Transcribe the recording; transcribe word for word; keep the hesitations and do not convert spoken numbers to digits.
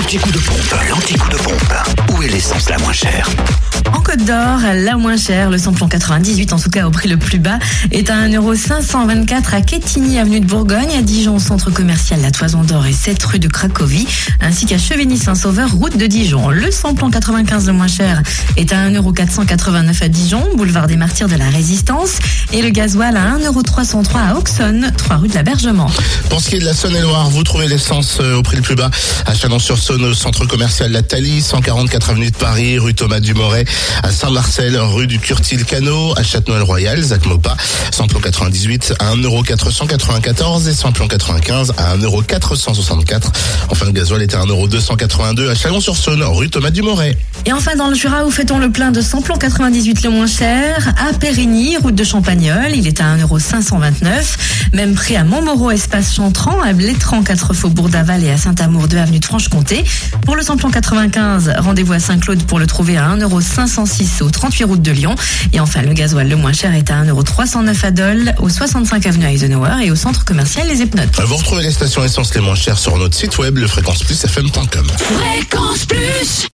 L'anti-coup de pompe, l'anti-coup de pompe. Où est l'essence la moins chère ? En Côte d'Or, la moins chère, le samplon quatre-vingt-dix-huit, en tout cas au prix le plus bas, est à un euro cinq cent vingt-quatre à Quetigny, avenue de Bourgogne, à Dijon, centre commercial La Toison d'Or et sept rue de Cracovie, ainsi qu'à Chevigny-Saint-Sauveur, route de Dijon. Le samplon quatre-vingt-quinze le moins cher est à un euro quatre cent quatre-vingt-neuf à Dijon, boulevard des Martyrs de la Résistance, et le gasoil à un euro trois cent trois à Auxonne, trois rue de l'Abergement. Pour ce qui est de la Saône-et-Loire, vous trouvez l'essence au prix le plus bas à Chalon-sur-Saône, au centre commercial La Thalie, cent quarante-quatre avenue de Paris, rue Thomas Dumoret, à Saint-Marcel, rue du Curtil-Cano, à Châtenois-le-Royal, Zac-Mopa, samplon quatre-vingt-dix-huit à un euro quatre cent quatre-vingt-quatorze et samplon quatre-vingt-quinze à un euro quatre cent soixante-quatre. Enfin, le gasoil est à un euro deux cent quatre-vingt-deux à Chalon-sur-Saône, rue Thomas Dumoret. Et enfin, dans le Jura, où fait-on le plein de samplon quatre-vingt-dix-huit le moins cher? À Périgny, route de Champagnole, il est à un euro cinq cent vingt-neuf. Même prix à Montmoreau, espace Chantran, à Blétran, quatre faubourg d'Aval et à Saint-Amour, deux avenue de Franche-Comté. Pour le samplon quatre-vingt-quinze, rendez-vous à Saint-Claude pour le trouver à un euro cinq cent six au trente-huit route de Lyon. Et enfin, le gasoil le moins cher est à un euro trois cent neuf à Dole, au soixante-cinq avenue Eisenhower et au centre commercial Les Epnotes. Vous retrouvez les stations essence les moins chères sur notre site web, le fréquence plus f m point com. Fréquence plus.